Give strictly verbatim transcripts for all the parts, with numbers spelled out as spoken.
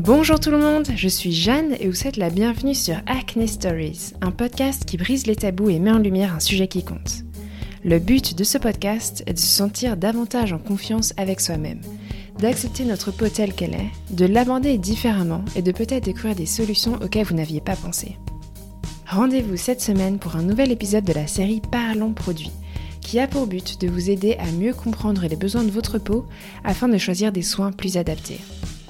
Bonjour tout le monde, je suis Jeanne et vous souhaite la bienvenue sur Acne Stories, un podcast qui brise les tabous et met en lumière un sujet qui compte. Le but de ce podcast est de se sentir davantage en confiance avec soi-même, d'accepter notre peau telle qu'elle est, de l'aborder différemment et de peut-être découvrir des solutions auxquelles vous n'aviez pas pensé. Rendez-vous cette semaine pour un nouvel épisode de la série Parlons Produits, qui a pour but de vous aider à mieux comprendre les besoins de votre peau afin de choisir des soins plus adaptés.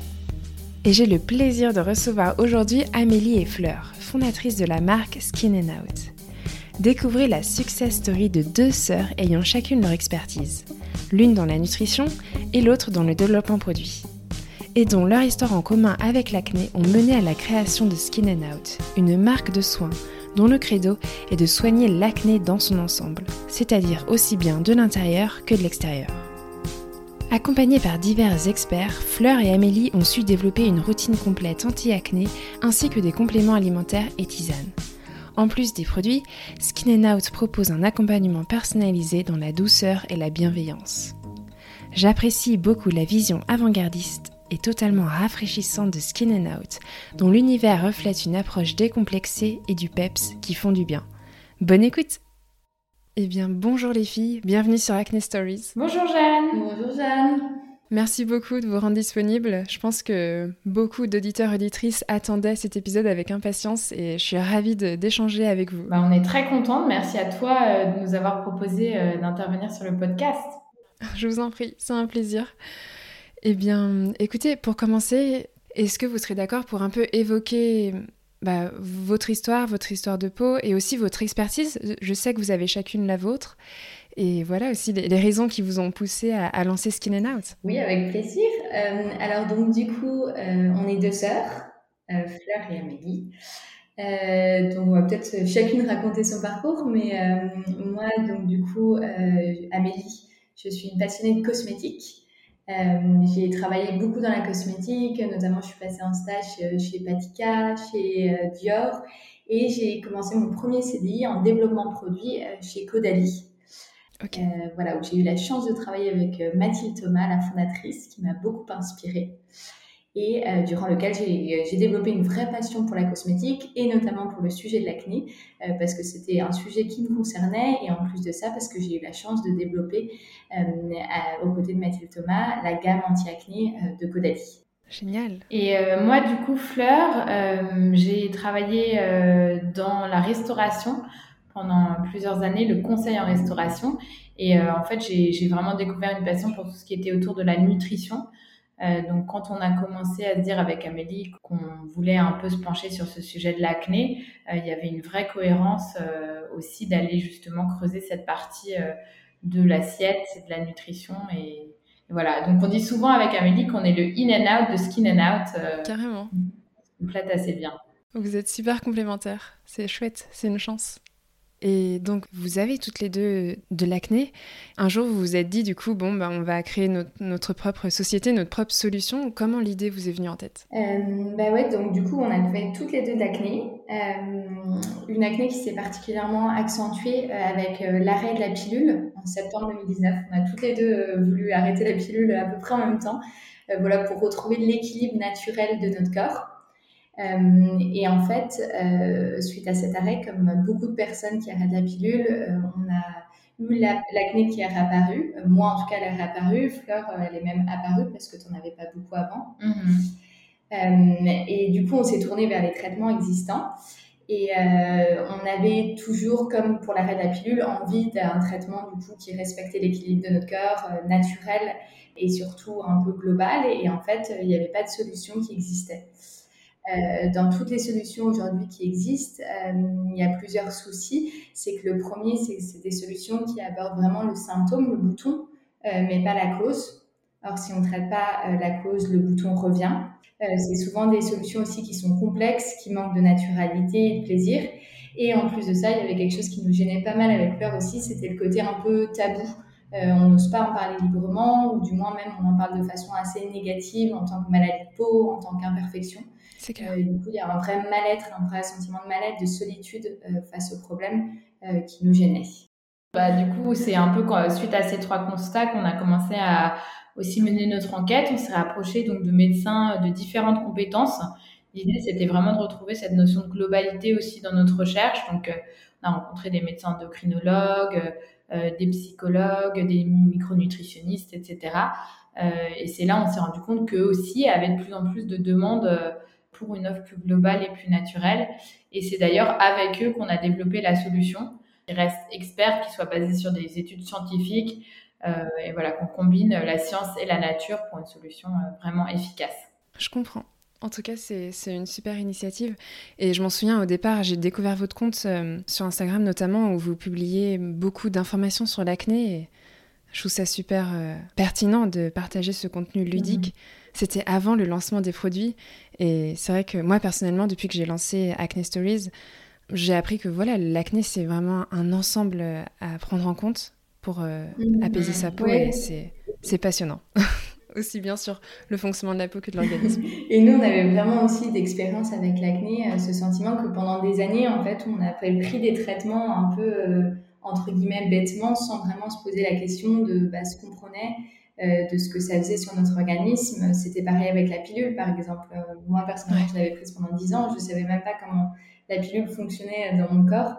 Et j'ai le plaisir de recevoir aujourd'hui Amélie et Fleur, fondatrices de la marque Skin and Out. Découvrez la success story de deux sœurs ayant chacune leur expertise, l'une dans la nutrition et l'autre dans le développement produit, et dont leur histoire en commun avec l'acné ont mené à la création de Skin and Out, une marque de soins dont le credo est de soigner l'acné dans son ensemble, c'est-à-dire aussi bien de l'intérieur que de l'extérieur. Accompagnées par divers experts, Fleur et Amélie ont su développer une routine complète anti-acné ainsi que des compléments alimentaires et tisanes. En plus des produits, Skin and Out propose un accompagnement personnalisé dans la douceur et la bienveillance. J'apprécie beaucoup la vision avant-gardiste et totalement rafraîchissante de Skin and Out, dont l'univers reflète une approche décomplexée et du peps qui font du bien. Bonne écoute! Eh bien, bonjour les filles, bienvenue sur Acne Stories. Bonjour Jeanne. Bonjour Jeanne. Merci beaucoup de vous rendre disponible. Je pense que beaucoup d'auditeurs et auditrices attendaient cet épisode avec impatience et je suis ravie de, d'échanger avec vous. Bah, on est très contente, merci à toi euh, de nous avoir proposé euh, d'intervenir sur le podcast. Je vous en prie, c'est un plaisir. Eh bien, écoutez, pour commencer, est-ce que vous serez d'accord pour un peu évoquer bah, votre histoire, votre histoire de peau et aussi votre expertise? Je sais que vous avez chacune la vôtre. Et voilà aussi les, les raisons qui vous ont poussé à, à lancer Skin and Out. Oui, avec plaisir. Euh, alors donc du coup, euh, on est deux sœurs, euh, Fleur et Amélie. Euh, donc on va peut-être chacune raconter son parcours, mais euh, moi donc du coup, euh, Amélie, je suis une passionnée de cosmétiques. Euh, j'ai travaillé beaucoup dans la cosmétique, notamment je suis passée en stage chez Patika, chez euh, Dior, et j'ai commencé mon premier C D I en développement produit euh, chez Caudalie. Okay. Euh, voilà, où j'ai eu la chance de travailler avec euh, Mathilde Thomas, la fondatrice, qui m'a beaucoup inspirée et euh, durant lequel j'ai, j'ai développé une vraie passion pour la cosmétique et notamment pour le sujet de l'acné euh, parce que c'était un sujet qui me concernait et en plus de ça parce que j'ai eu la chance de développer euh, à, aux côtés de Mathilde Thomas la gamme anti-acné euh, de Caudalie. Génial. Et euh, moi, du coup, Fleur, euh, j'ai travaillé euh, dans la restauration pendant plusieurs années, le conseil en restauration. Et euh, en fait, j'ai, j'ai vraiment découvert une passion pour tout ce qui était autour de la nutrition. Euh, donc, quand on a commencé à se dire avec Amélie qu'on voulait un peu se pencher sur ce sujet de l'acné, euh, il y avait une vraie cohérence euh, aussi d'aller justement creuser cette partie euh, de l'assiette, de la nutrition et voilà, donc on dit souvent avec Amélie qu'on est le in and out de Skin and Out. Euh, Carrément. On complète assez bien. Vous êtes super complémentaires, c'est chouette, c'est une chance. Et donc, vous avez toutes les deux de l'acné. Un jour, vous vous êtes dit, du coup, bon, bah, on va créer notre, notre propre société, notre propre solution. Comment l'idée vous est venue en tête? euh, Bah ouais, donc du coup, on a fait toutes les deux de l'acné. Euh, une acné qui s'est particulièrement accentuée euh, avec euh, l'arrêt de la pilule en septembre deux mille dix-neuf. On a toutes les deux euh, voulu arrêter la pilule à peu près en même temps, euh, voilà, pour retrouver l'équilibre naturel de notre corps. Euh, et en fait, euh, suite à cet arrêt, comme beaucoup de personnes qui arrêtent la pilule, euh, on a eu la, l'acné qui est réapparue. Euh, moi, en tout cas, elle est réapparue. Fleur, euh, elle est même apparue parce que tu n'en avais pas beaucoup avant. Mm-hmm. Euh, et du coup, on s'est tourné vers les traitements existants. Et euh, on avait toujours, comme pour l'arrêt de la pilule, envie d'un traitement du coup qui respectait l'équilibre de notre corps, euh, naturel et surtout un peu global. Et en fait, il n'y avait pas de solution qui existait. Euh, dans toutes les solutions aujourd'hui qui existent, euh, il y a plusieurs soucis. C'est que le premier, c'est, c'est des solutions qui abordent vraiment le symptôme, le bouton, euh, mais pas la cause. Or, si on ne traite pas euh, la cause, le bouton revient. Euh, c'est souvent des solutions aussi qui sont complexes, qui manquent de naturalité et de plaisir. Et en plus de ça, il y avait quelque chose qui nous gênait pas mal avec Fleur aussi, c'était le côté un peu tabou. Euh, on n'ose pas en parler librement, ou du moins même on en parle de façon assez négative en tant que maladie de peau, en tant qu'imperfection. C'est clair. Euh, du coup, il y a un vrai mal-être, un vrai sentiment de mal-être, de solitude euh, face au problème euh, qui nous gênait. Bah, du coup, c'est un peu quand, suite à ces trois constats qu'on a commencé à aussi mener notre enquête. On s'est rapproché donc de médecins de différentes compétences. L'idée, c'était vraiment de retrouver cette notion de globalité aussi dans notre recherche. Donc, euh, on a rencontré des médecins endocrinologues, euh, des psychologues, des micronutritionnistes, et cetera. Euh, et c'est là, on s'est rendu compte qu'eux aussi avaient de plus en plus de demandes euh, pour une offre plus globale et plus naturelle. Et c'est d'ailleurs avec eux qu'on a développé la solution qui reste expert, qui soit basé sur des études scientifiques, euh, et voilà, qu'on combine la science et la nature pour une solution euh, vraiment efficace. Je comprends. En tout cas, c'est, c'est une super initiative. Et je m'en souviens, au départ, j'ai découvert votre compte euh, sur Instagram notamment, où vous publiez beaucoup d'informations sur l'acné. Et je trouve ça super euh, pertinent de partager ce contenu ludique. Mmh. C'était avant le lancement des produits. Et c'est vrai que moi, personnellement, depuis que j'ai lancé Acne Stories, j'ai appris que voilà, l'acné, c'est vraiment un ensemble à prendre en compte pour euh, mmh. apaiser sa peau. Ouais. Et c'est, c'est passionnant. Aussi bien sur le fonctionnement de la peau que de l'organisme. Et nous, on avait vraiment aussi d'expérience avec l'acné, euh, ce sentiment que pendant des années, en fait, on avait pris des traitements un peu, euh, entre guillemets, bêtement, sans vraiment se poser la question de bah, ce qu'on prenait, euh, de ce que ça faisait sur notre organisme. C'était pareil avec la pilule, par exemple. Euh, moi, personnellement, ouais. je l'avais prise pendant dix ans, je ne savais même pas comment la pilule fonctionnait dans mon corps.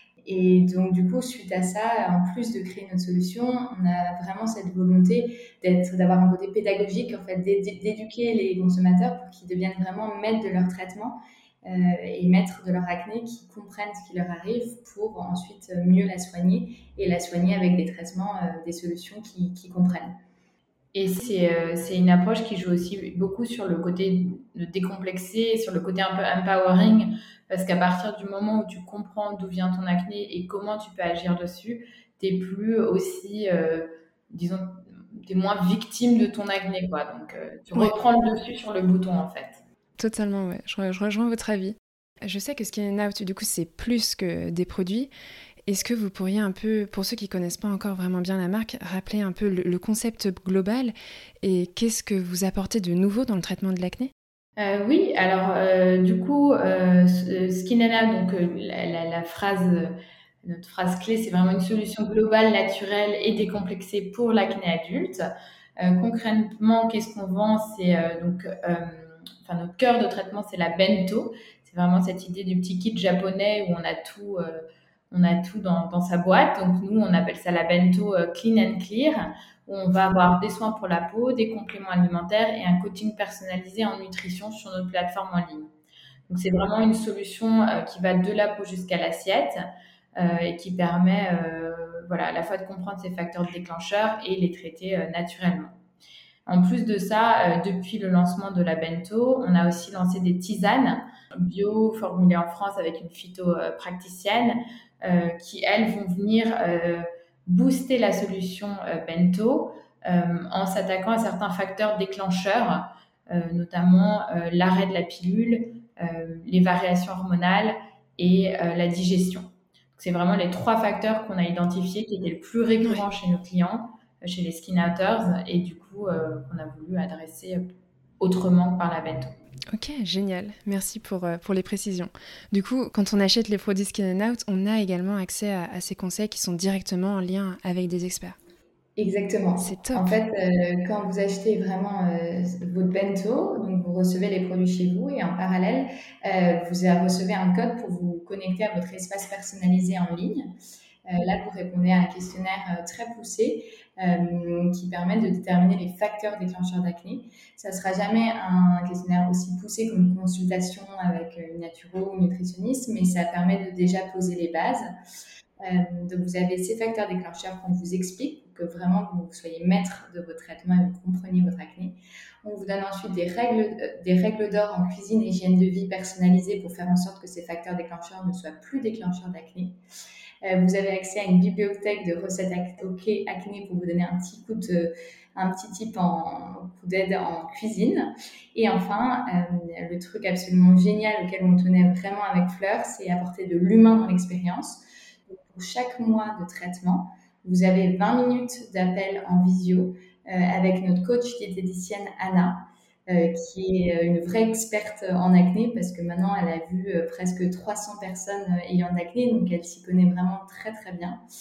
Et donc, du coup, suite à ça, en plus de créer notre solution, on a vraiment cette volonté d'être, d'avoir un côté pédagogique, en fait, d'éduquer les consommateurs pour qu'ils deviennent vraiment maîtres de leur traitement euh, et maîtres de leur acné, qui comprennent ce qui leur arrive pour ensuite mieux la soigner et la soigner avec des traitements, euh, des solutions qu'ils qui comprennent. Et c'est, euh, c'est une approche qui joue aussi beaucoup sur le côté de décomplexer, sur le côté un peu empowering, parce qu'à partir du moment où tu comprends d'où vient ton acné et comment tu peux agir dessus, t'es plus aussi, euh, disons, t'es moins victime de ton acné, quoi. Donc, euh, tu ouais. reprends le dessus sur le bouton, en fait. Totalement, ouais. Je, je rejoins votre avis. Je sais que Skin and Out, du coup, c'est plus que des produits. Est-ce que vous pourriez un peu, pour ceux qui ne connaissent pas encore vraiment bien la marque, rappeler un peu le, le concept global et qu'est-ce que vous apportez de nouveau dans le traitement de l'acné ? euh, Oui, alors euh, du coup, euh, Skin and Out, donc euh, la, la, la phrase, euh, notre phrase clé, c'est vraiment une solution globale, naturelle et décomplexée pour l'acné adulte. Euh, concrètement, qu'est-ce qu'on vend ? C'est euh, donc, euh, enfin notre cœur de traitement, c'est la bento. C'est vraiment cette idée du petit kit japonais où on a tout. Euh, On a tout dans, dans sa boîte. Donc, nous, on appelle ça la bento euh, Clean and Clear, où on va avoir des soins pour la peau, des compléments alimentaires et un coaching personnalisé en nutrition sur notre plateforme en ligne. Donc, c'est vraiment une solution euh, qui va de la peau jusqu'à l'assiette euh, et qui permet euh, voilà, à la fois de comprendre ces facteurs déclencheurs et les traiter euh, naturellement. En plus de ça, euh, depuis le lancement de la bento, on a aussi lancé des tisanes bio formulées en France avec une phytopraticienne euh, qui, elles, vont venir euh, booster la solution euh, bento euh, en s'attaquant à certains facteurs déclencheurs, euh, notamment euh, l'arrêt de la pilule, euh, les variations hormonales et euh, la digestion. Donc, c'est vraiment les trois facteurs qu'on a identifiés qui étaient le plus récurrents chez nos clients, chez les skin outers, et du coup, euh, qu'on a voulu adresser autrement par la bento. Ok, génial. Merci pour, euh, pour les précisions. Du coup, quand on achète les produits Skin and Out, on a également accès à, à ces conseils qui sont directement en lien avec des experts. Exactement. C'est top. En fait, euh, quand vous achetez vraiment euh, votre bento, donc vous recevez les produits chez vous et en parallèle, euh, vous recevez un code pour vous connecter à votre espace personnalisé en ligne. Euh, là, vous répondez à un questionnaire euh, très poussé euh, qui permet de déterminer les facteurs déclencheurs d'acné. Ça ne sera jamais un questionnaire aussi poussé qu'une une consultation avec une naturo ou une nutritionniste, mais ça permet de déjà poser les bases. Euh, donc, vous avez ces facteurs déclencheurs qu'on vous explique pour que vraiment vous soyez maître de votre traitement et vous compreniez votre acné. On vous donne ensuite des règles, euh, des règles d'or en cuisine et hygiène de vie personnalisées pour faire en sorte que ces facteurs déclencheurs ne soient plus déclencheurs d'acné. Euh, vous avez accès à une bibliothèque de recettes OK acné pour vous donner un petit coup de, un petit tip en coup d'aide en cuisine. Et enfin, euh, le truc absolument génial auquel on tenait vraiment avec Fleur, c'est apporter de l'humain dans l'expérience. Donc, pour chaque mois de traitement, vous avez vingt minutes d'appel en visio euh, avec notre coach diététicienne Anna, Euh, qui est une vraie experte en acné parce que maintenant elle a vu euh, presque trois cents personnes ayant de l'acné, donc elle s'y connaît vraiment très très bien.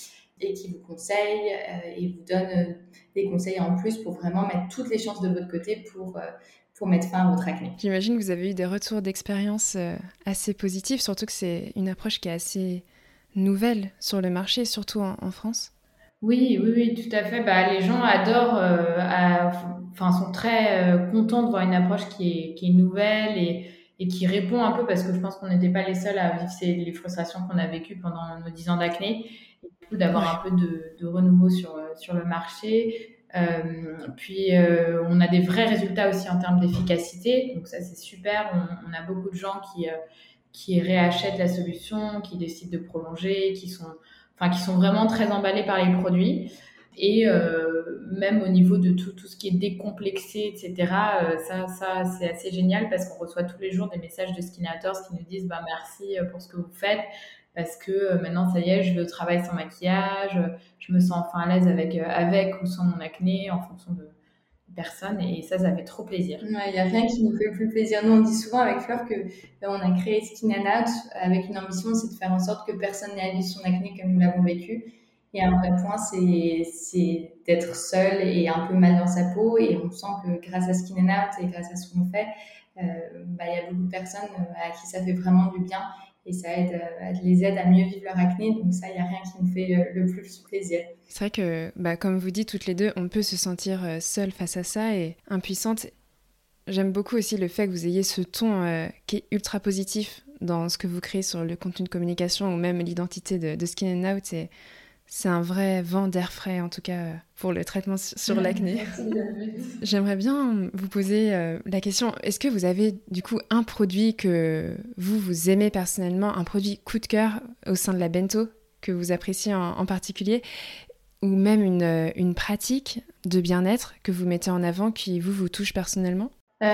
et qui vous conseille euh, et vous donne euh, des conseils en plus pour vraiment mettre toutes les chances de votre côté pour, euh, pour mettre fin à votre acné. J'imagine que vous avez eu des retours d'expérience euh, assez positifs, surtout que c'est une approche qui est assez nouvelle sur le marché, surtout en, en France. Oui, oui, oui, tout à fait. Bah, les gens adorent, euh, à- enfin, sont très euh, contents de voir une approche qui est, qui est nouvelle et, et qui répond un peu, parce que je pense qu'on n'était pas les seuls à vivre ces, les frustrations qu'on a vécues pendant nos dix ans d'acné. Et du coup, d'avoir Ouais. un peu de, de renouveau sur, euh, sur le marché. Euh, puis, euh, on a des vrais résultats aussi en termes d'efficacité. Donc ça, c'est super. On, on a beaucoup de gens qui, euh, qui réachètent la solution, qui décident de prolonger, qui sont enfin qui sont vraiment très emballés par les produits. Et euh, même au niveau de tout, tout ce qui est décomplexé, et cetera, euh, ça, ça c'est assez génial parce qu'on reçoit tous les jours des messages de Skinators qui nous disent bah, merci pour ce que vous faites, parce que euh, maintenant, ça y est, je vais au travail sans maquillage, je me sens enfin à l'aise avec, euh, avec ou sans mon acné en fonction de personne, et ça, ça fait trop plaisir. Il ouais, n'y a rien qui nous fait plus plaisir. Nous, on dit souvent avec Fleur que ben, on a créé Skin and Out avec une ambition, c'est de faire en sorte que personne n'ait à vivre son acné comme nous l'avons vécu. Et un vrai point, c'est, c'est d'être seul et un peu mal dans sa peau. Et on sent que grâce à Skin and Out et grâce à ce qu'on fait, il euh, bah, y a beaucoup de personnes à qui ça fait vraiment du bien. Et ça aide, euh, les aide à mieux vivre leur acné. Donc ça, il n'y a rien qui nous fait le plus plaisir. C'est vrai que, bah, comme vous dites toutes les deux, on peut se sentir seule face à ça et impuissante. J'aime beaucoup aussi le fait que vous ayez ce ton euh, qui est ultra positif dans ce que vous créez sur le contenu de communication ou même l'identité de, de Skin and Out. Et c'est un vrai vent d'air frais, en tout cas, pour le traitement sur l'acné. J'aimerais bien vous poser euh, la question, est-ce que vous avez du coup un produit que vous, vous aimez personnellement, un produit coup de cœur au sein de la bento que vous appréciez en, en particulier, ou même une, une pratique de bien-être que vous mettez en avant qui vous, vous touche personnellement?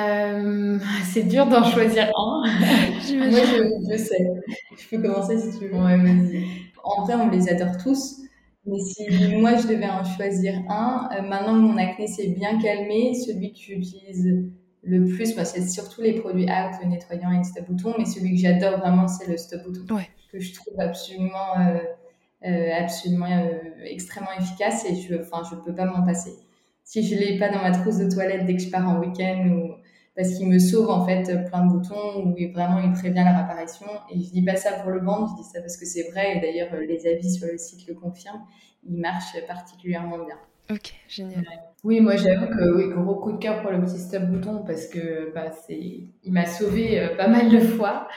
Euh, c'est dur d'en choisir un. Moi, je, je sais. Je peux commencer si tu veux. Ouais, vas-y. En vrai, on les adore tous. Mais si moi, je devais en choisir un, euh, maintenant que mon acné s'est bien calmé, celui que j'utilise le plus, bah, c'est surtout les produits Out, le nettoyant et le stop bouton. Mais celui que j'adore vraiment, c'est le stop bouton. Ouais. Que je trouve absolument, euh, euh, absolument euh, extrêmement efficace et je, enfin, je peux pas m'en passer. Si je l'ai pas dans ma trousse de toilette dès que je pars en week-end ou parce qu'il me sauve en fait plein de boutons ou vraiment il prévient leur apparition. Et je dis pas ça pour le vendre, je dis ça parce que c'est vrai et d'ailleurs les avis sur le site le confirment, il marche particulièrement bien. Ok, génial. Oui, moi j'avoue que oui, gros coup de cœur pour le petit stop bouton parce que bah, c'est, il m'a sauvé euh, pas mal de fois.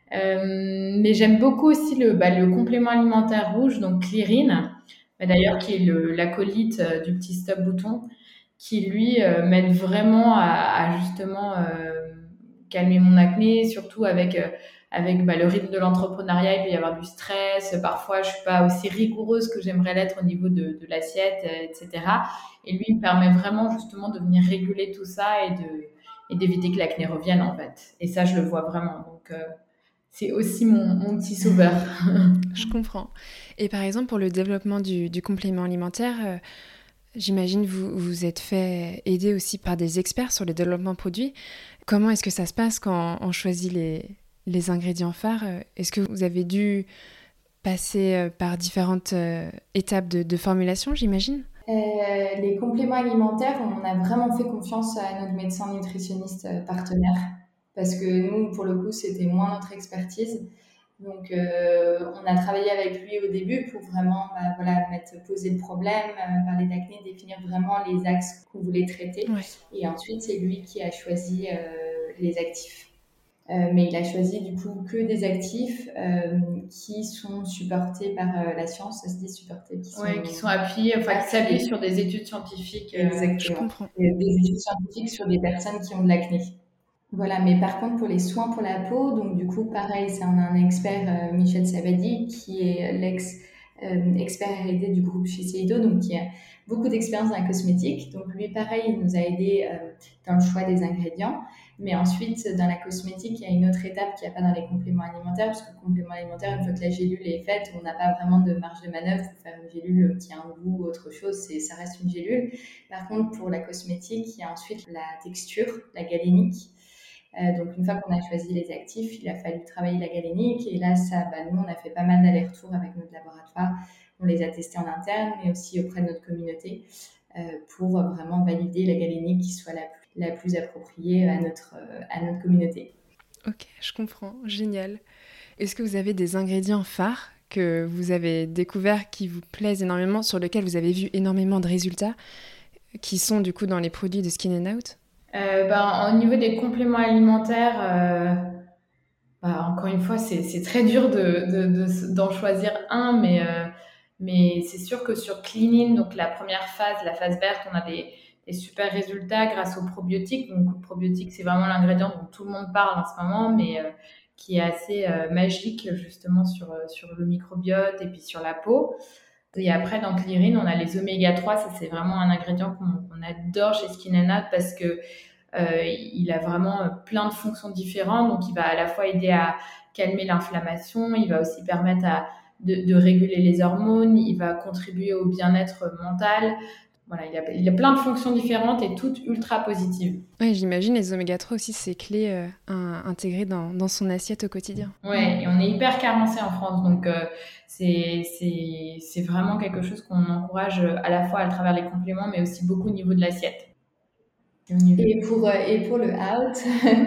Euh, mais j'aime beaucoup aussi le, bah, le complément alimentaire rouge, donc Clearin, bah, d'ailleurs qui est le, l'acolyte euh, du petit stop bouton, qui lui euh, m'aide vraiment à, à justement euh, calmer mon acné, surtout avec euh, avec bah, le rythme de l'entrepreneuriat, il peut y avoir du stress, parfois je suis pas aussi rigoureuse que j'aimerais l'être au niveau de, de l'assiette, euh, et cetera. Et lui, il me permet vraiment justement de venir réguler tout ça et de et d'éviter que l'acné revienne en fait. Et ça, je le vois vraiment. Donc euh, c'est aussi mon, mon petit sauveur. Je comprends. Et par exemple, pour le développement du, du complément alimentaire, euh, j'imagine vous vous êtes fait aider aussi par des experts sur le développement produit. Comment est-ce que ça se passe quand on choisit les, les ingrédients phares? Est-ce que vous avez dû passer par différentes euh, étapes de, de formulation, j'imagine? Euh, les compléments alimentaires, on a vraiment fait confiance à notre médecin nutritionniste partenaire parce que nous, pour le coup, c'était moins notre expertise. Donc, euh, on a travaillé avec lui au début pour vraiment bah, voilà, mettre, poser le problème, euh, parler d'acné, définir vraiment les axes qu'on voulait traiter. Ouais. Et ensuite, c'est lui qui a choisi euh, les actifs. Euh, mais il a choisi du coup que des actifs euh, qui sont supportés par euh, la science, ça se dit supportés, qui sont, ouais, qui sont appuyés, enfin qui s'appuient sur des études scientifiques. Euh, Exactement. Je comprends. Et des études scientifiques sur des personnes qui ont de l'acné. Voilà, mais par contre pour les soins pour la peau, donc du coup pareil, c'est un, un expert, euh, Michel Savadi, qui est l'ex euh, expert R et D du groupe Shiseido, donc qui a beaucoup d'expérience dans la cosmétique. Donc lui pareil, il nous a aidé euh, dans le choix des ingrédients. Mais ensuite, dans la cosmétique, il y a une autre étape qu'il n'y a pas dans les compléments alimentaires, parce que le complément alimentaire, une fois que la gélule est faite, on n'a pas vraiment de marge de manœuvre pour faire une gélule qui a un goût ou autre chose, c'est, ça reste une gélule. Par contre, pour la cosmétique, il y a ensuite la texture, la galénique. Euh, donc, une fois qu'on a choisi les actifs, il a fallu travailler la galénique. Et là, ça, bah, nous, on a fait pas mal d'allers-retours avec notre laboratoire on les a testés en interne, mais aussi auprès de notre communauté euh, pour vraiment valider la galénique qui soit la plus, la plus appropriée à notre, euh, à notre communauté. Ok, je comprends, génial. Est-ce que vous avez des ingrédients phares que vous avez découverts qui vous plaisent énormément, sur lesquels vous avez vu énormément de résultats, qui sont du coup dans les produits de Skin and Out? Euh, ben, au niveau des compléments alimentaires, euh, bah, encore une fois, c'est, c'est très dur de, de, de- d'en choisir un, mais, euh, mais c'est sûr que sur Clean In, donc la première phase, la phase verte, on a des, des super résultats grâce aux probiotiques. Donc, le probiotique, c'est vraiment l'ingrédient dont tout le monde parle en ce moment, mais euh, qui est assez euh, magique justement sur, euh, sur le microbiote et puis sur la peau. Et après, dans Clear In, on a les oméga trois. Ça, c'est vraiment un ingrédient qu'on, qu'on adore chez Skin and Out parce que euh, il a vraiment euh, plein de fonctions différentes. Donc, il va à la fois aider à calmer l'inflammation, il va aussi permettre à, de, de réguler les hormones, il va contribuer au bien-être mental. Voilà, il a, il a plein de fonctions différentes et toutes ultra positives. Oui, j'imagine les oméga trois aussi, c'est clé euh, à intégrer dans, dans son assiette au quotidien. Ouais, et on est hyper carencé en France, donc euh, c'est, c'est, c'est vraiment quelque chose qu'on encourage à la fois à travers les compléments, mais aussi beaucoup au niveau de l'assiette. Et pour, euh, et pour le out,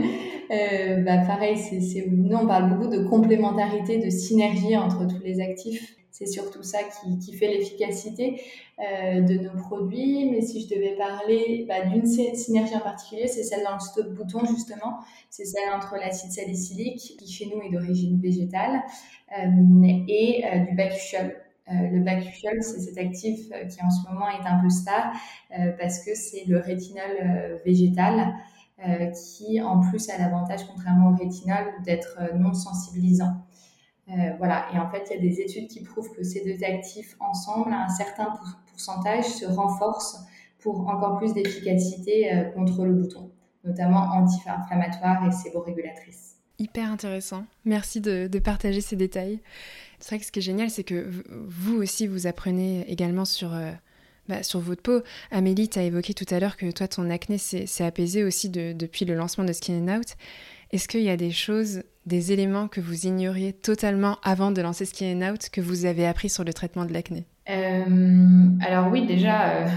euh, bah pareil, c'est, c'est, nous on parle beaucoup de complémentarité, de synergie entre tous les actifs. C'est surtout ça qui, qui fait l'efficacité euh, de nos produits. Mais si je devais parler bah, d'une synergie en particulier, c'est celle dans le stop bouton justement. C'est celle entre l'acide salicylique, qui chez nous est d'origine végétale, euh, et euh, du bakuchiol. Euh, le bakuchiol, c'est cet actif euh, qui en ce moment est un peu star euh, parce que c'est le rétinol euh, végétal euh, qui en plus a l'avantage, contrairement au rétinol, d'être euh, non sensibilisant. Euh, voilà, et en fait, il y a des études qui prouvent que ces deux actifs ensemble, à un certain pourcentage, se renforcent pour encore plus d'efficacité euh, contre le bouton, notamment anti-inflammatoire et séborégulatrice. Hyper intéressant. Merci de, de partager ces détails. C'est vrai que ce qui est génial, c'est que vous aussi, vous apprenez également sur, euh, bah, sur votre peau. Amélie, tu as évoqué tout à l'heure que toi, ton acné s'est, s'est apaisé aussi de, depuis le lancement de Skin and Out. Est-ce qu'il y a des choses, des éléments que vous ignoriez totalement avant de lancer Skin and Out que vous avez appris sur le traitement de l'acné? euh, Alors oui, déjà, euh,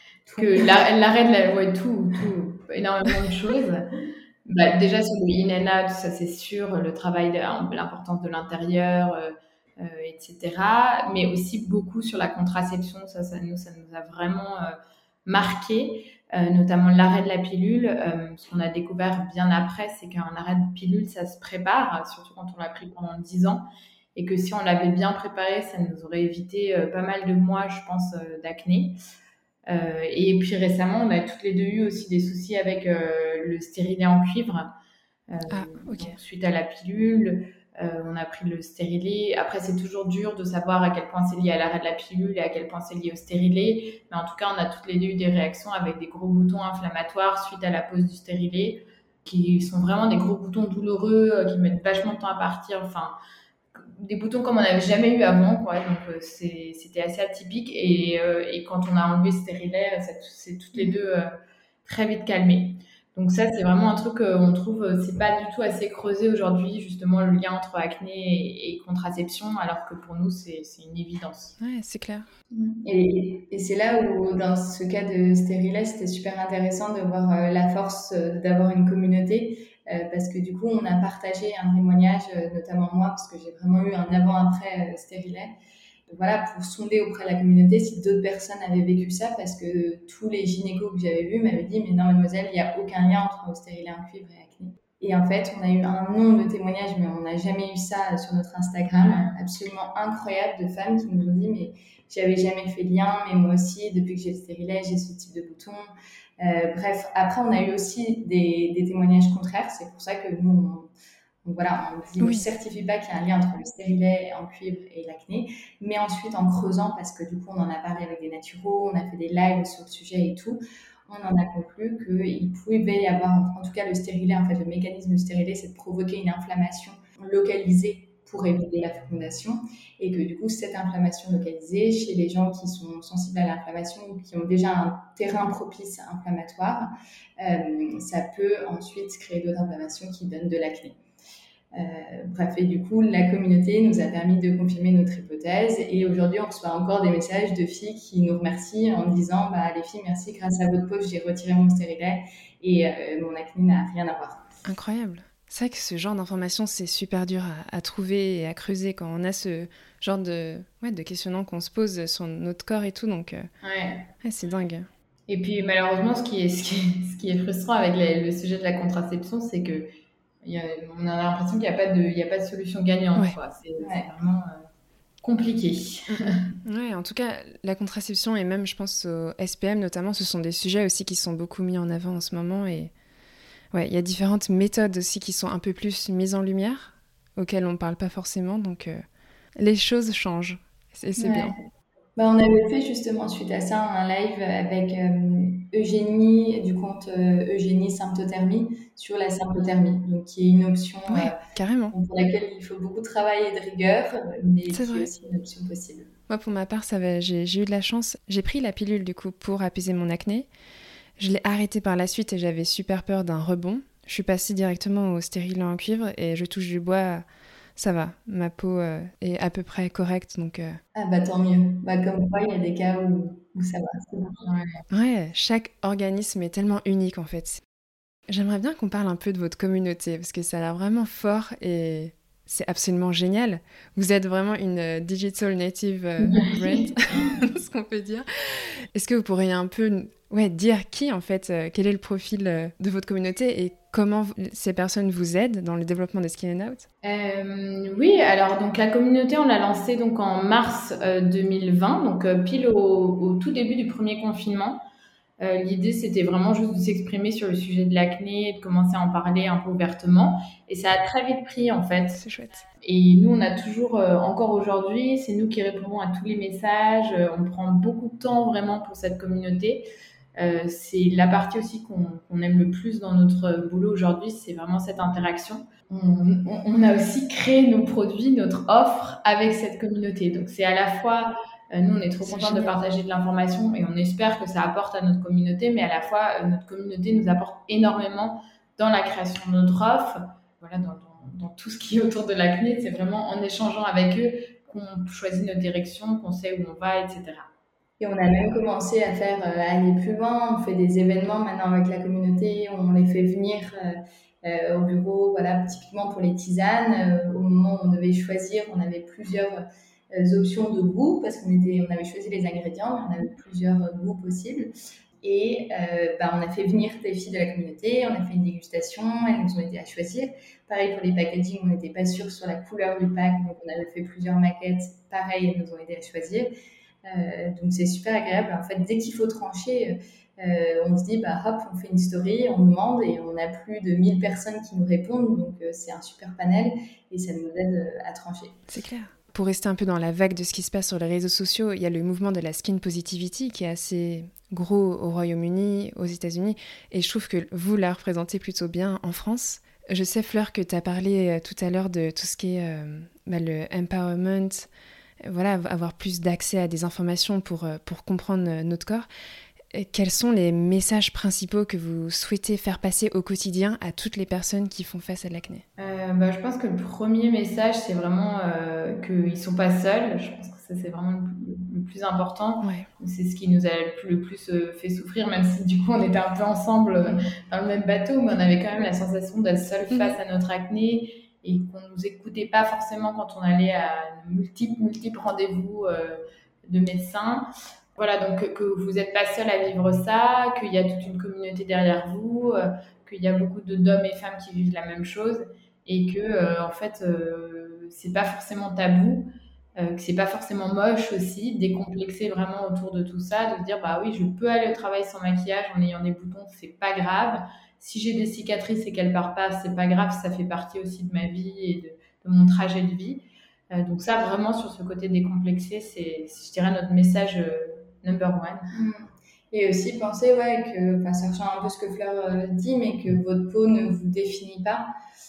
que l'arrêt de la... Ouais, tout, tout, énormément de choses. Bah, déjà sur le in and out, ça c'est sûr, le travail, de, l'importance de l'intérieur, euh, euh, et cetera. Mais aussi beaucoup sur la contraception, ça, ça, nous, ça nous a vraiment euh, marqué, euh, notamment l'arrêt de la pilule. Euh, ce qu'on a découvert bien après, c'est qu'un arrêt de pilule, ça se prépare, surtout quand on l'a pris pendant dix ans. Et que si on l'avait bien préparé, ça nous aurait évité euh, pas mal de mois, je pense, euh, d'acné. Euh, et puis récemment, on a toutes les deux eu aussi des soucis avec euh, le stérilet en cuivre. Euh, ah, ok. Donc, suite à la pilule, euh, on a pris le stérilet. Après, c'est toujours dur de savoir à quel point c'est lié à l'arrêt de la pilule et à quel point c'est lié au stérilet. Mais en tout cas, on a toutes les deux eu des réactions avec des gros boutons inflammatoires suite à la pose du stérilet, qui sont vraiment des gros boutons douloureux, euh, qui mettent vachement de temps à partir. Enfin, des boutons comme on n'avait jamais eu avant, quoi. Donc euh, c'est, c'était assez atypique. Et, euh, et quand on a enlevé ce stérilet, ça s'est toutes les deux euh, très vite calmé. Donc ça, c'est vraiment un truc qu'on trouve, c'est pas du tout assez creusé aujourd'hui, justement, le lien entre acné et, et contraception, alors que pour nous, c'est, c'est une évidence. Ouais, c'est clair. Et, et c'est là où, dans ce cas de stérilet, c'était super intéressant de voir euh, la force euh, d'avoir une communauté, euh, parce que du coup, on a partagé un témoignage, euh, notamment moi, parce que j'ai vraiment eu un avant-après euh, stérilet, voilà, pour sonder auprès de la communauté si d'autres personnes avaient vécu ça, parce que tous les gynécos que j'avais vus m'avaient dit « Mais non, mademoiselle, il n'y a aucun lien entre le stérilet en cuivre et acné. » Et en fait, on a eu un nombre de témoignages, mais on n'a jamais eu ça sur notre Instagram, absolument incroyable, de femmes qui nous ont dit « Mais j'avais jamais fait de lien, mais moi aussi, depuis que j'ai le stérilet, j'ai ce type de bouton. » Euh, bref, après, on a eu aussi des, des témoignages contraires. C'est pour ça que nous, on, on, voilà, on dit, oui. ne certifie pas qu'il y a un lien entre le stérilet en cuivre et l'acné. Mais ensuite, en creusant, parce que du coup, on en a parlé avec des naturaux, on a fait des lives sur le sujet et tout, on en a conclu qu'il pouvait y avoir, en tout cas le stérilet, en fait, le mécanisme du stérilet, c'est de provoquer une inflammation localisée pour éviter la fécondation, et que du coup, cette inflammation localisée, chez les gens qui sont sensibles à l'inflammation ou qui ont déjà un terrain propice inflammatoire, euh, ça peut ensuite créer d'autres inflammations qui donnent de l'acné. Euh, bref, et du coup, la communauté nous a permis de confirmer notre hypothèse. Et aujourd'hui, on reçoit encore des messages de filles qui nous remercient en disant bah, les filles, merci, grâce à votre post, j'ai retiré mon stérilet et euh, mon acné n'a rien à voir. Incroyable. C'est vrai que ce genre d'informations, c'est super dur à, à trouver et à creuser quand on a ce genre de, ouais, de questionnement qu'on se pose sur notre corps et tout. Donc, euh, Ouais. ouais, c'est dingue. Et puis malheureusement, ce qui est, ce qui est, ce qui est frustrant avec les- le sujet de la contraception, c'est que il y a- on a l'impression qu'il n'y a pas de, il y a pas de solution gagnante, Ouais. quoi. C'est Ouais. c'est vraiment euh, compliqué. Ouais, en tout cas, la contraception et même, je pense, au S P M notamment, ce sont des sujets aussi qui sont beaucoup mis en avant en ce moment. Et ouais, il y a différentes méthodes aussi qui sont un peu plus mises en lumière, auxquelles on ne parle pas forcément. Donc, euh, les choses changent. Et c'est Ouais. bien. Bah, on avait fait justement suite à ça un live avec euh, Eugénie du compte euh, Eugénie Symptothermie sur la symptothermie, donc qui est une option Ouais, euh, carrément. pour laquelle il faut beaucoup de travail et de rigueur, mais C'est qui vrai. est aussi une option possible. Moi, pour ma part, ça va, j'ai, j'ai eu de la chance. J'ai pris la pilule, du coup, pour apaiser mon acné. Je l'ai arrêtée par la suite et j'avais super peur d'un rebond. Je suis passée directement au stérilet en cuivre et je touche du bois. Ça va, ma peau euh, est à peu près correcte, donc... euh, Ah bah tant mieux. Bah, comme quoi, il y a des cas où, où ça va. C'est bon. Ouais. Ouais, chaque organisme est tellement unique, en fait. J'aimerais bien qu'on parle un peu de votre communauté, parce que ça a l'air vraiment fort et c'est absolument génial. Vous êtes vraiment une euh, digital native euh, brand, ce qu'on peut dire. Est-ce que vous pourriez un peu ouais, dire qui, en fait, euh, quel est le profil euh, de votre communauté et comment vous- ces personnes vous aident dans le développement des Skin and Out? Euh, oui, alors donc la communauté, on l'a lancée donc en mars euh, deux mille vingt, donc euh, pile au, au tout début du premier confinement. Euh, l'idée, c'était vraiment juste de s'exprimer sur le sujet de l'acné et de commencer à en parler un peu ouvertement. Et ça a très vite pris, en fait. C'est chouette. Et nous, on a toujours, euh, encore aujourd'hui, c'est nous qui répondons à tous les messages. Euh, on prend beaucoup de temps vraiment pour cette communauté. Euh, c'est la partie aussi qu'on qu'on aime le plus dans notre boulot aujourd'hui, c'est vraiment cette interaction. On, on- on a aussi créé nos produits, notre offre avec cette communauté. Donc c'est à la fois, euh, nous on est trop C'est contents de génial. partager de l'information et on espère que ça apporte à notre communauté, mais à la fois euh, notre communauté nous apporte énormément dans la création de notre offre, voilà, dans, dans- dans tout ce qui est autour de l'acné. C'est vraiment en échangeant avec eux qu'on choisit notre direction, qu'on sait où on va, et cetera. Et on a même commencé à faire euh, aller plus loin. On fait des événements maintenant avec la communauté. On les fait venir euh, euh, au bureau. Voilà, typiquement pour les tisanes, euh, au moment où on devait choisir, on avait plusieurs euh, options de goût parce qu'on était, on avait choisi les ingrédients, mais on avait plusieurs euh, goûts possibles. Et euh, bah, on a fait venir des filles de la communauté. On a fait une dégustation. Elles nous ont aidé à choisir. Pareil pour les packaging, on n'était pas sûr sur la couleur du pack, donc on avait fait plusieurs maquettes. Pareil, elles nous ont aidé à choisir. Euh, donc c'est super agréable. En fait, dès qu'il faut trancher, euh, on se dit, bah hop, on fait une story, on demande et on a plus de mille personnes qui nous répondent. Donc euh, c'est un super panel et ça nous aide euh, à trancher. C'est clair. Pour rester un peu dans la vague de ce qui se passe sur les réseaux sociaux, il y a le mouvement de la skin positivity qui est assez gros au Royaume-Uni, aux États-Unis, et je trouve que vous la représentez plutôt bien en France. Je sais, Fleur, que tu as parlé euh, tout à l'heure de tout ce qui est euh, bah, le empowerment, euh, voilà, avoir plus d'accès à des informations pour, euh, pour comprendre euh, notre corps. Et quels sont les messages principaux que vous souhaitez faire passer au quotidien à toutes les personnes qui font face à l'acné? Euh, bah, je pense que le premier message, c'est vraiment euh, qu'ils ne sont pas seuls. Je pense que ça, c'est vraiment le, le plus important. Ouais. C'est ce qui nous a le plus, le plus euh, fait souffrir, même si du coup, on était un peu ensemble euh, dans le même bateau, mais on avait quand même la sensation d'être seuls face à notre acné et qu'on ne nous écoutait pas forcément quand on allait à multiples, multiples rendez-vous euh, de médecins. Voilà, donc que, que vous n'êtes pas seul à vivre ça, qu'il y a toute une communauté derrière vous, euh, qu'il y a beaucoup de d'hommes et femmes qui vivent la même chose et que euh, en fait euh, c'est pas forcément tabou, euh, que c'est pas forcément moche aussi, décomplexer vraiment autour de tout ça, de se dire bah oui je peux aller au travail sans maquillage en ayant des boutons, c'est pas grave. Si j'ai des cicatrices et qu'elles partent pas, c'est pas grave, ça fait partie aussi de ma vie et de, de mon trajet de vie. Euh, donc ça vraiment sur ce côté décomplexé, c'est je dirais notre message euh, number one. Mm. Et aussi penser ouais, que, enfin, ça rejoint un peu ce que Fleur euh, dit, mais que votre peau ne vous définit pas.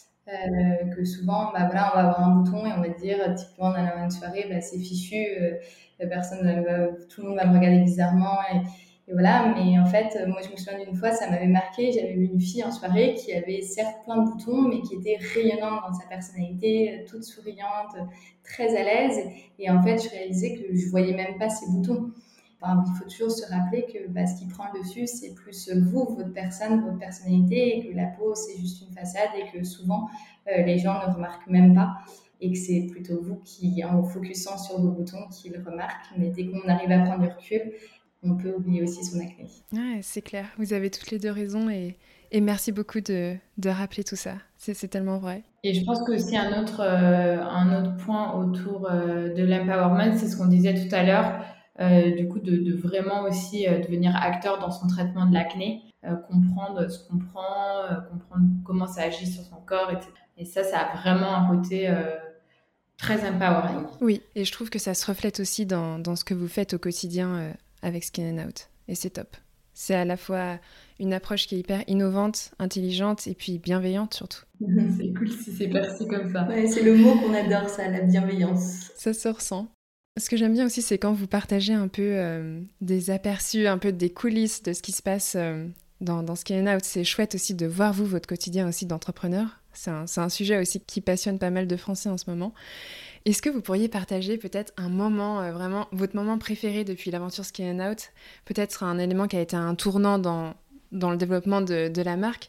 Euh, que souvent, bah, voilà, on va avoir un bouton et on va dire, typiquement, dans une soirée, bah, c'est fichu, euh, la personne, va, tout le monde va me regarder bizarrement. Et, Et voilà, mais en fait, moi, je me souviens d'une fois, ça m'avait marqué. J'avais vu une fille en soirée qui avait certes plein de boutons, mais qui était rayonnante dans sa personnalité, toute souriante, très à l'aise. Et en fait, je réalisais que je voyais même pas ses boutons. Enfin, il faut toujours se rappeler que bah, ce qui prend le dessus, c'est plus vous, votre personne, votre personnalité, et que la peau, c'est juste une façade, et que souvent, euh, les gens ne remarquent même pas. Et que c'est plutôt vous qui, en vous focusant sur vos boutons, qui le remarquent. Mais dès qu'on arrive à prendre du recul, on peut oublier aussi son acné. Ouais, c'est clair. Vous avez toutes les deux raison et, et merci beaucoup de, de rappeler tout ça. C'est, c'est tellement vrai. Et je pense que aussi un autre, euh, un autre point autour euh, de l'empowerment, c'est ce qu'on disait tout à l'heure, euh, du coup de, de vraiment aussi euh, devenir acteur dans son traitement de l'acné, euh, comprendre ce qu'on prend, euh, comprendre comment ça agit sur son corps, et cetera. Et ça, ça a vraiment un côté euh, très empowering. Oui, et je trouve que ça se reflète aussi dans, dans ce que vous faites au quotidien euh, avec Skin and Out. Et c'est top. C'est à la fois une approche qui est hyper innovante, intelligente et puis bienveillante surtout. C'est cool si c'est perçu comme ça. Ouais, c'est le mot qu'on adore, ça, la bienveillance. Ça se ressent. Ce que j'aime bien aussi, c'est quand vous partagez un peu euh, des aperçus, un peu des coulisses de ce qui se passe euh, dans, dans Skin and Out. C'est chouette aussi de voir, vous, votre quotidien aussi d'entrepreneur. C'est un, c'est un sujet aussi qui passionne pas mal de Français en ce moment. Est-ce que vous pourriez partager peut-être un moment, euh, vraiment, votre moment préféré depuis l'aventure Skin and Out ? Peut-être un élément qui a été un tournant dans, dans le développement de, de la marque.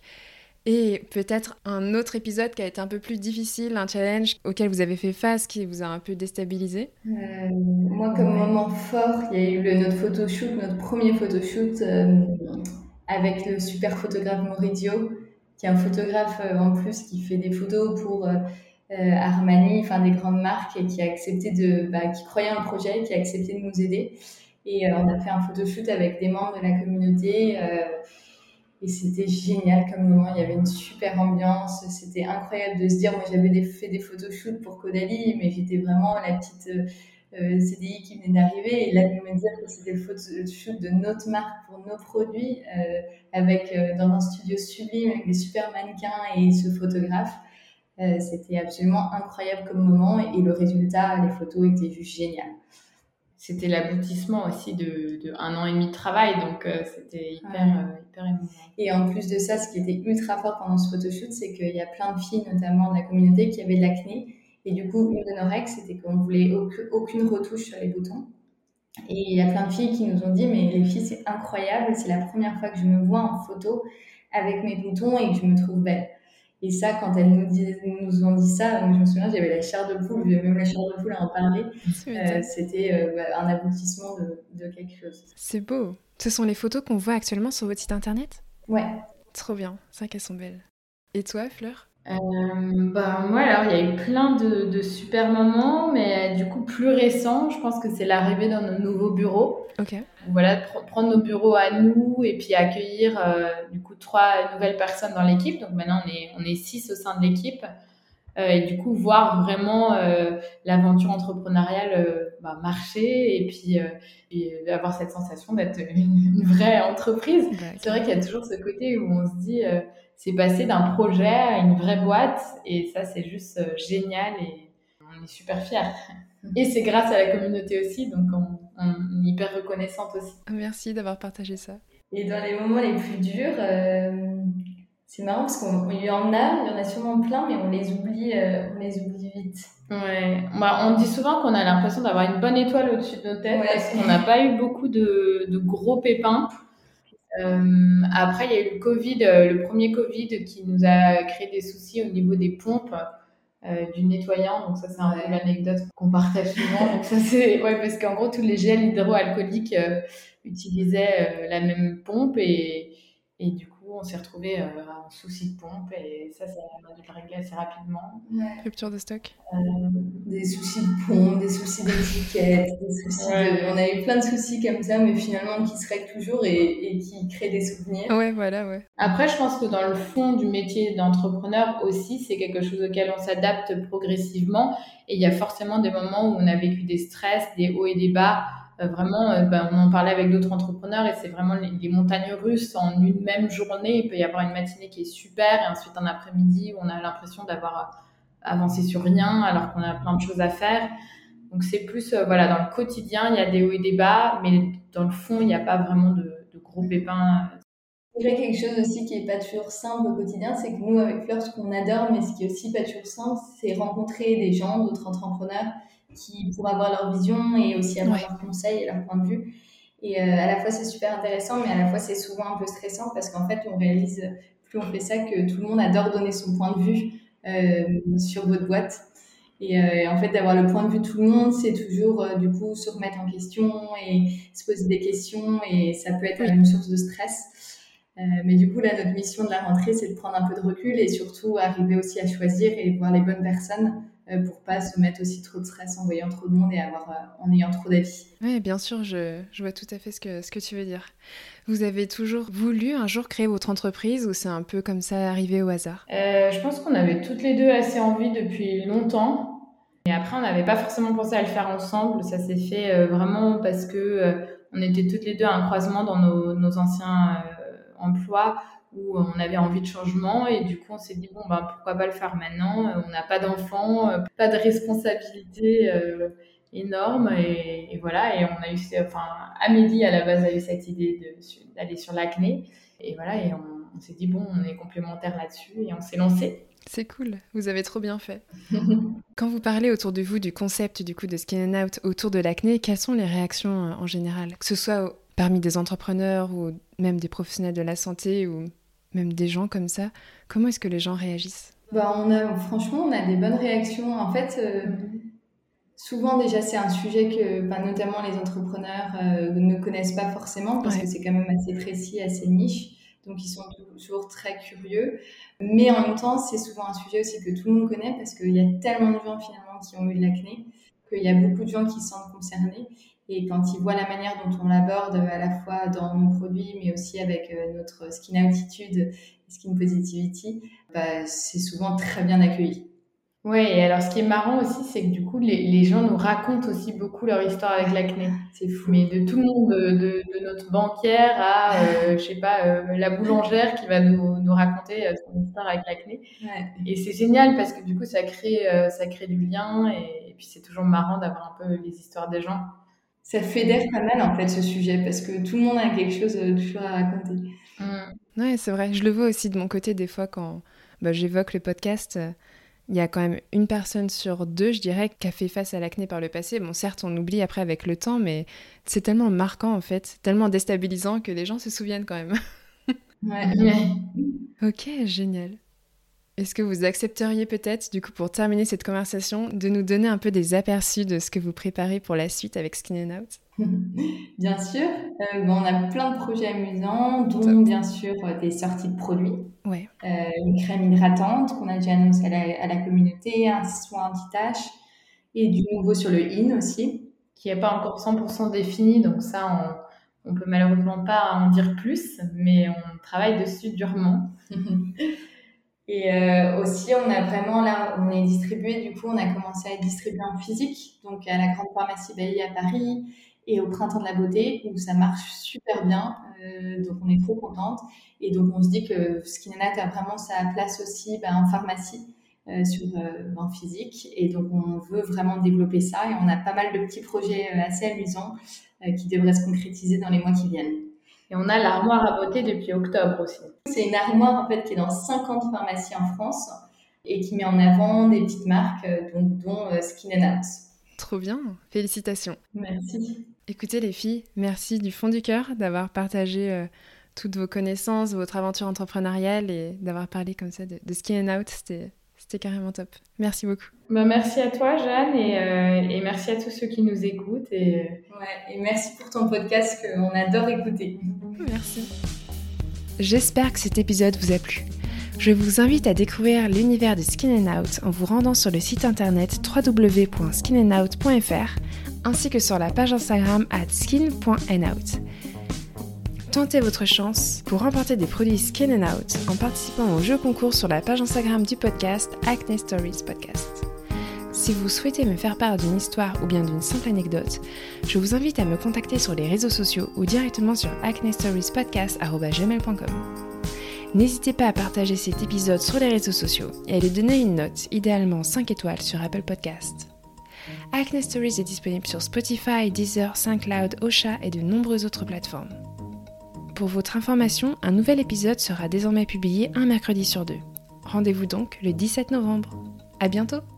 Et peut-être un autre épisode qui a été un peu plus difficile, un challenge auquel vous avez fait face, qui vous a un peu déstabilisé. Euh, moi, comme moment fort, il y a eu le, notre photoshoot, notre premier photoshoot euh, avec le super photographe Maurizio, qui est un photographe euh, en plus qui fait des photos pour euh, euh, Armani, enfin des grandes marques, et qui a accepté de, bah, qui croyait en le projet, qui a accepté de nous aider. Et euh, on a fait un photoshoot avec des membres de la communauté. Euh, Et c'était génial comme moment, il y avait une super ambiance, c'était incroyable de se dire, moi j'avais des, fait des photoshoots pour Caudalie, mais j'étais vraiment la petite euh, C D I qui venait d'arriver, et là de me dire que c'était le photoshoot de notre marque pour nos produits, euh, avec, euh, dans un studio sublime, avec des super mannequins et ce photographe, euh, c'était absolument incroyable comme moment, et, et le résultat, les photos étaient juste géniales. C'était l'aboutissement aussi de, de un an et demi de travail, donc euh, c'était hyper, ouais. euh, hyper émouvant. Et en plus de ça, ce qui était ultra fort pendant ce photoshoot, c'est qu'il y a plein de filles, notamment de la communauté, qui avaient de l'acné. Et du coup, une de nos règles, c'était qu'on voulait aucune, aucune retouche sur les boutons. Et il y a plein de filles qui nous ont dit, mais les filles, c'est incroyable, c'est la première fois que je me vois en photo avec mes boutons et que je me trouve belle. Et ça, quand elles nous, dis, nous ont dit ça, moi, je me souviens, j'avais la chair de poule, j'avais même la chair de poule à en parler. Euh, c'était euh, bah, un aboutissement de, de quelque chose. C'est beau. Ce sont les photos qu'on voit actuellement sur votre site internet ? Ouais. Trop bien, c'est vrai qu'elles sont belles. Et toi, Fleur ? euh, bah, Moi, alors, il y a eu plein de, de super moments, mais du coup, plus récent, je pense que c'est l'arrivée dans nos nouveaux bureaux. Ok. Voilà, pr- prendre nos bureaux à nous et puis accueillir euh, du coup trois nouvelles personnes dans l'équipe. Donc maintenant, on est, on est six au sein de l'équipe. Euh, et du coup, voir vraiment euh, l'aventure entrepreneuriale euh, bah, marcher et puis euh, et avoir cette sensation d'être une, une vraie entreprise. Bah, c'est vrai qu'il y a toujours ce côté où on se dit euh, c'est passé d'un projet à une vraie boîte, et ça, c'est juste euh, génial et on est super fiers. Et c'est grâce à la communauté aussi, donc on, on est hyper reconnaissante aussi. Merci d'avoir partagé ça. Et dans les moments les plus durs, euh, c'est marrant parce qu'il y en a, il y en a sûrement plein, mais on les oublie, euh, on les oublie vite. Ouais, bah, on dit souvent qu'on a l'impression d'avoir une bonne étoile au-dessus de nos têtes, ouais, parce qu'on n'a pas eu beaucoup de, de gros pépins. Euh, après, il y a eu le Covid, euh, le premier Covid qui nous a créé des soucis au niveau des pompes. Euh, du nettoyant, donc ça c'est un ouais. peu l'anecdote qu'on partage souvent. Donc ça c'est ouais, parce qu'en gros tous les gels hydroalcooliques euh, utilisaient euh, la même pompe, et, et du coup on s'est retrouvé euh, en souci de pompe, et ça ça a dû le régler assez rapidement. Ouais. Rupture de stock. Euh, des soucis de pompe, des soucis d'étiquette, des soucis ouais. de... on a eu plein de soucis comme ça, mais finalement qui se règlent toujours et, et qui créent des souvenirs. Ouais, voilà, ouais. Après, je pense que dans le fond du métier d'entrepreneur aussi, c'est quelque chose auquel on s'adapte progressivement, et il y a forcément des moments où on a vécu des stress, des hauts et des bas. Euh, vraiment, euh, ben, on en parlait avec d'autres entrepreneurs, et c'est vraiment les, les montagnes russes en une même journée. Il peut y avoir une matinée qui est super, et ensuite un après-midi où on a l'impression d'avoir avancé sur rien alors qu'on a plein de choses à faire. Donc c'est plus, euh, voilà, dans le quotidien, il y a des hauts et des bas, mais dans le fond, il n'y a pas vraiment de, gros pépins. Il y a quelque chose aussi qui n'est pas toujours simple au quotidien, c'est que nous, avec Fleur, ce qu'on adore, mais ce qui est aussi pas toujours simple, c'est rencontrer des gens, d'autres entrepreneurs qui pourraient avoir leur vision et aussi avoir Ouais. leurs conseils et leur point de vue. Et euh, à la fois, c'est super intéressant, mais à la fois, c'est souvent un peu stressant parce qu'en fait, on réalise, plus on fait ça, que tout le monde adore donner son point de vue euh, sur votre boîte. Et euh, en fait, d'avoir le point de vue de tout le monde, c'est toujours, euh, du coup, se remettre en question et se poser des questions. Et ça peut être Oui. une source de stress. Euh, mais du coup, là, notre mission de la rentrée, c'est de prendre un peu de recul et surtout arriver aussi à choisir et voir les bonnes personnes euh, pour pas se mettre aussi trop de stress en voyant trop de monde et avoir, euh, en ayant trop d'avis. Oui, bien sûr, je, je vois tout à fait ce que, ce que tu veux dire. Vous avez toujours voulu un jour créer votre entreprise ou c'est un peu comme ça arrivé au hasard ? Euh, je pense qu'on avait toutes les deux assez envie depuis longtemps. Et après, on n'avait pas forcément pensé à le faire ensemble. Ça s'est fait euh, vraiment parce que euh, on était toutes les deux à un croisement dans nos, nos anciens euh, emplois où on avait envie de changement. Et du coup, on s'est dit, bon, ben, pourquoi pas le faire maintenant ? On n'a pas d'enfants, euh, pas de responsabilité euh, énorme. Et, et voilà, et on a eu, enfin, Amélie, à la base, a eu cette idée de, d'aller sur l'acné. Et voilà, et on, on s'est dit, bon, on est complémentaires là-dessus et on s'est lancé. C'est cool, vous avez trop bien fait. Quand vous parlez autour de vous du concept du coup de Skin and Out autour de l'acné, quelles sont les réactions euh, en général ? Que ce soit au- parmi des entrepreneurs ou même des professionnels de la santé ou même des gens comme ça, comment est-ce que les gens réagissent ? Bah, on a, franchement, on a des bonnes réactions. En fait, euh, souvent déjà, c'est un sujet que bah, notamment les entrepreneurs euh, ne connaissent pas forcément parce Ouais. que c'est quand même assez précis, assez niche. Donc, ils sont toujours très curieux. Mais en même temps, c'est souvent un sujet aussi que tout le monde connaît parce qu'il y a tellement de gens finalement qui ont eu de l'acné qu'il y a beaucoup de gens qui se sentent concernés. Et quand ils voient la manière dont on l'aborde à la fois dans nos produits, mais aussi avec euh, notre Skin Outitude, Skin Positivity, bah, c'est souvent très bien accueilli. Oui, et alors ce qui est marrant aussi, c'est que du coup, les, les gens nous racontent aussi beaucoup leur histoire avec l'acné. C'est fou. Mais de tout le monde, de, de, de notre banquière à, euh, je sais pas, euh, la boulangère qui va nous, nous raconter euh, son histoire avec l'acné. Ouais. Et c'est génial parce que du coup, ça crée, euh, ça crée du lien et, et puis c'est toujours marrant d'avoir un peu les histoires des gens. Ça fédère pas mal en fait ce sujet parce que tout le monde a quelque chose euh, toujours à raconter. Mm. Ouais, c'est vrai, je le vois aussi de mon côté des fois quand bah, j'évoque le podcast. euh, Il y a quand même une personne sur deux, je dirais, qui a fait face à l'acné par le passé. Bon, certes, on oublie après avec le temps, mais c'est tellement marquant en fait, tellement déstabilisant que les gens se souviennent quand même. Ouais. Ouais. Ok, génial. Est-ce que vous accepteriez peut-être, du coup, pour terminer cette conversation, de nous donner un peu des aperçus de ce que vous préparez pour la suite avec Skin and Out ? Bien sûr, euh, bon, on a plein de projets amusants, dont Top. bien sûr euh, des sorties de produits. Ouais. Euh, une crème hydratante qu'on a déjà annoncée à la, à la communauté, un soin anti-tache et du nouveau sur le in aussi. Qui n'est pas encore cent pour cent défini, donc ça, on ne peut malheureusement pas en dire plus, mais on travaille dessus durement. Et euh, aussi, on a vraiment là, on est distribué, du coup, on a commencé à être distribué en physique, donc à la Grande Pharmacie Bailly à Paris et au Printemps de la Beauté, où ça marche super bien, euh, donc on est trop contente. Et donc on se dit que Skin and Out a vraiment sa place aussi bah, en pharmacie, euh, sur, euh, en physique, et donc on veut vraiment développer ça, et on a pas mal de petits projets euh, assez amusants euh, qui devraient se concrétiser dans les mois qui viennent. Et on a l'armoire à beauté depuis octobre aussi. C'est une armoire en fait qui est dans cinquante pharmacies en France et qui met en avant des petites marques, donc, dont euh, Skin and Out. Trop bien, félicitations. Merci. Écoutez les filles, merci du fond du cœur d'avoir partagé euh, toutes vos connaissances, votre aventure entrepreneuriale et d'avoir parlé comme ça de, de Skin and Out, c'était, c'était carrément top. Merci beaucoup. Bah, merci à toi Jeanne et, euh, et merci à tous ceux qui nous écoutent. Et... Ouais, et merci pour ton podcast qu'on adore écouter. Merci. J'espère que cet épisode vous a plu. Je vous invite à découvrir l'univers de Skin and Out en vous rendant sur le site internet w w w point skin and out point f r ainsi que sur la page Instagram arobase skin point and out. Tentez votre chance pour remporter des produits Skin and Out en participant au jeu concours sur la page Instagram du podcast Acne Stories Podcast. Si vous souhaitez me faire part d'une histoire ou bien d'une simple anecdote, je vous invite à me contacter sur les réseaux sociaux ou directement sur acne stories podcast arobase gmail point com. N'hésitez pas à partager cet épisode sur les réseaux sociaux et à lui donner une note, idéalement cinq étoiles sur Apple Podcast. Acne Stories est disponible sur Spotify, Deezer, SoundCloud, Ocha et de nombreuses autres plateformes. Pour votre information, un nouvel épisode sera désormais publié un mercredi sur deux. Rendez-vous donc le dix-sept novembre. À bientôt!